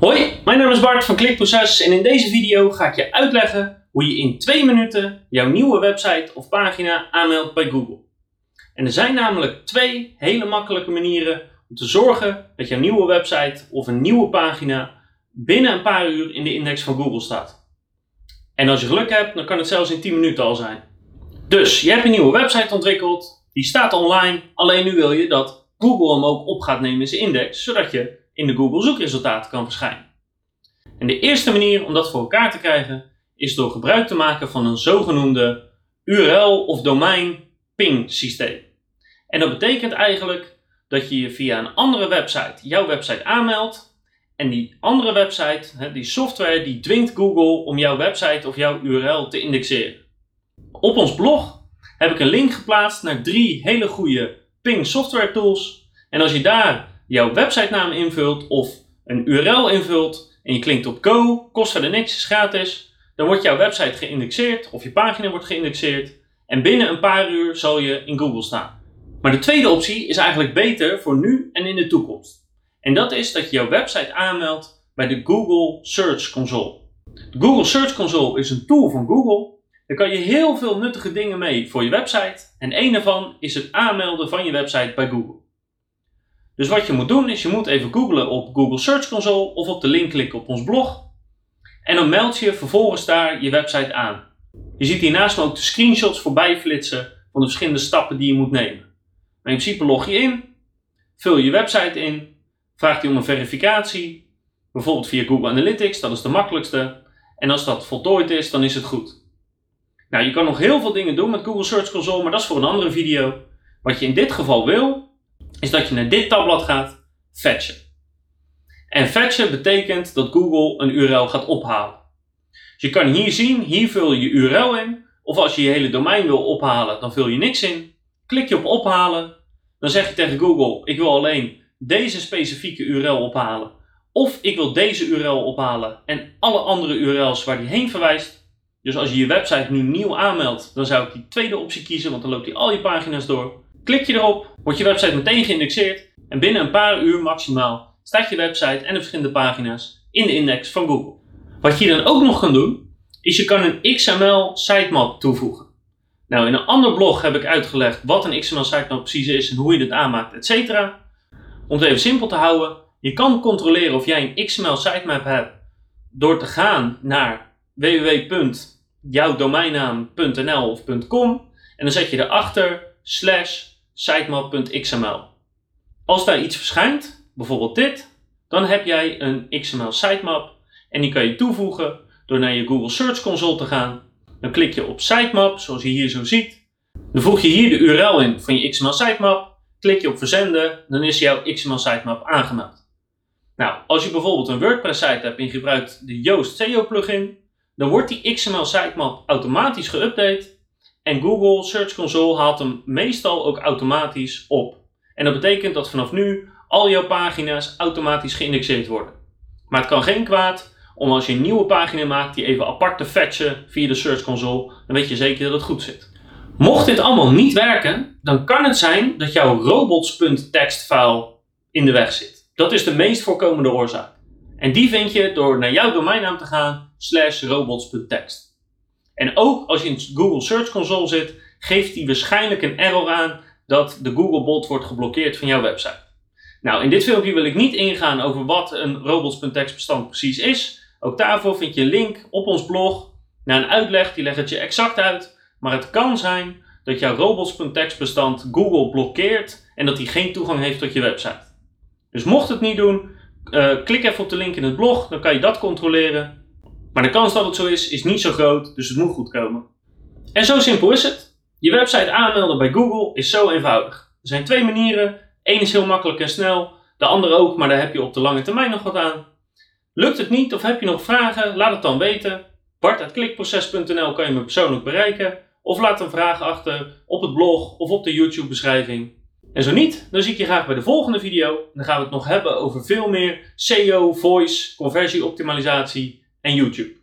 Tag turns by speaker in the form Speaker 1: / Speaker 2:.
Speaker 1: Hoi, mijn naam is Bart van Klikproces en in deze video ga ik je uitleggen hoe je in 2 minuten jouw nieuwe website of pagina aanmeldt bij Google. En er zijn namelijk 2 hele makkelijke manieren om te zorgen dat jouw nieuwe website of een nieuwe pagina binnen een paar uur in de index van Google staat. En als je geluk hebt, dan kan het zelfs in 10 minuten al zijn. Dus je hebt een nieuwe website ontwikkeld, die staat online, alleen nu wil je dat Google hem ook op gaat nemen in zijn index, zodat je in de Google zoekresultaten kan verschijnen. En de eerste manier om dat voor elkaar te krijgen is door gebruik te maken van een zogenoemde URL of domein ping systeem. En dat betekent eigenlijk dat je je via een andere website jouw website aanmeldt en die andere website, die software, die dwingt Google om jouw website of jouw URL te indexeren. Op ons blog heb ik een link geplaatst naar 3 hele goede ping software tools. En als je daar jouw websitenaam invult of een URL invult en je klikt op go, kost verder niks, is gratis, dan wordt jouw website geïndexeerd of je pagina wordt geïndexeerd en binnen een paar uur zal je in Google staan. Maar de tweede optie is eigenlijk beter voor nu en in de toekomst. En dat is dat je jouw website aanmeldt bij de Google Search Console. De Google Search Console is een tool van Google. Daar kan je heel veel nuttige dingen mee voor je website en één daarvan is het aanmelden van je website bij Google. Dus wat je moet doen is je moet even googlen op Google Search Console of op de link klikken op ons blog. En dan meld je vervolgens daar je website aan. Je ziet hiernaast ook de screenshots voorbij flitsen van de verschillende stappen die je moet nemen. Maar in principe log je in, vul je website in, vraagt hij om een verificatie. Bijvoorbeeld via Google Analytics, dat is de makkelijkste. En als dat voltooid is, dan is het goed. Nou, je kan nog heel veel dingen doen met Google Search Console, maar dat is voor een andere video. Wat je in dit geval wil, is dat je naar dit tabblad gaat, fetchen. En fetchen betekent dat Google een URL gaat ophalen. Dus je kan hier zien, hier vul je je URL in. Of als je je hele domein wil ophalen, dan vul je niks in. Klik je op ophalen, dan zeg je tegen Google, ik wil alleen deze specifieke URL ophalen. Of ik wil deze URL ophalen en alle andere URL's waar die heen verwijst. Dus als je je website nu nieuw aanmeldt, dan zou ik die tweede optie kiezen, want dan loopt hij al je pagina's door. Klik je erop, wordt je website meteen geïndexeerd en binnen een paar uur maximaal staat je website en de verschillende pagina's in de index van Google. Wat je dan ook nog kan doen, is je kan een XML sitemap toevoegen. Nou, in een ander blog heb ik uitgelegd wat een XML sitemap precies is en hoe je dit aanmaakt, etc. Om het even simpel te houden, je kan controleren of jij een XML sitemap hebt door te gaan naar www.jouwdomeinnaam.nl of .com en dan zet je erachter /sitemap.xml. Als daar iets verschijnt, bijvoorbeeld dit, dan heb jij een XML sitemap en die kan je toevoegen door naar je Google Search Console te gaan. Dan klik je op sitemap, zoals je hier zo ziet. Dan voeg je hier de URL in van je XML sitemap, klik je op verzenden, dan is jouw XML sitemap aangemeld. Nou, als je bijvoorbeeld een WordPress site hebt en je gebruikt de Yoast SEO plugin, dan wordt die XML sitemap automatisch geüpdate en Google Search Console haalt hem meestal ook automatisch op. En dat betekent dat vanaf nu al jouw pagina's automatisch geïndexeerd worden. Maar het kan geen kwaad om als je een nieuwe pagina maakt die even apart te fetchen via de Search Console, dan weet je zeker dat het goed zit. Mocht dit allemaal niet werken, dan kan het zijn dat jouw robots.txt file in de weg zit. Dat is de meest voorkomende oorzaak. En die vind je door naar jouw domeinnaam te gaan /robots.txt. En ook als je in Google Search Console zit, geeft die waarschijnlijk een error aan dat de Googlebot wordt geblokkeerd van jouw website. Nou, in dit filmpje wil ik niet ingaan over wat een robots.txt bestand precies is. Ook daarvoor vind je een link op ons blog naar een uitleg, die legt het je exact uit. Maar het kan zijn dat jouw robots.txt bestand Google blokkeert en dat hij geen toegang heeft tot je website. Dus mocht het niet doen, klik even op de link in het blog, dan kan je dat controleren. Maar de kans dat het zo is niet zo groot, dus het moet goed komen. En zo simpel is het. Je website aanmelden bij Google is zo eenvoudig. Er zijn 2 manieren. Eén is heel makkelijk en snel, de andere ook, maar daar heb je op de lange termijn nog wat aan. Lukt het niet of heb je nog vragen? Laat het dan weten. Bart@klikproces.nl kan je me persoonlijk bereiken. Of laat een vraag achter op het blog of op de YouTube beschrijving. En zo niet, dan zie ik je graag bij de volgende video. Dan gaan we het nog hebben over veel meer SEO, voice, conversieoptimalisatie en YouTube.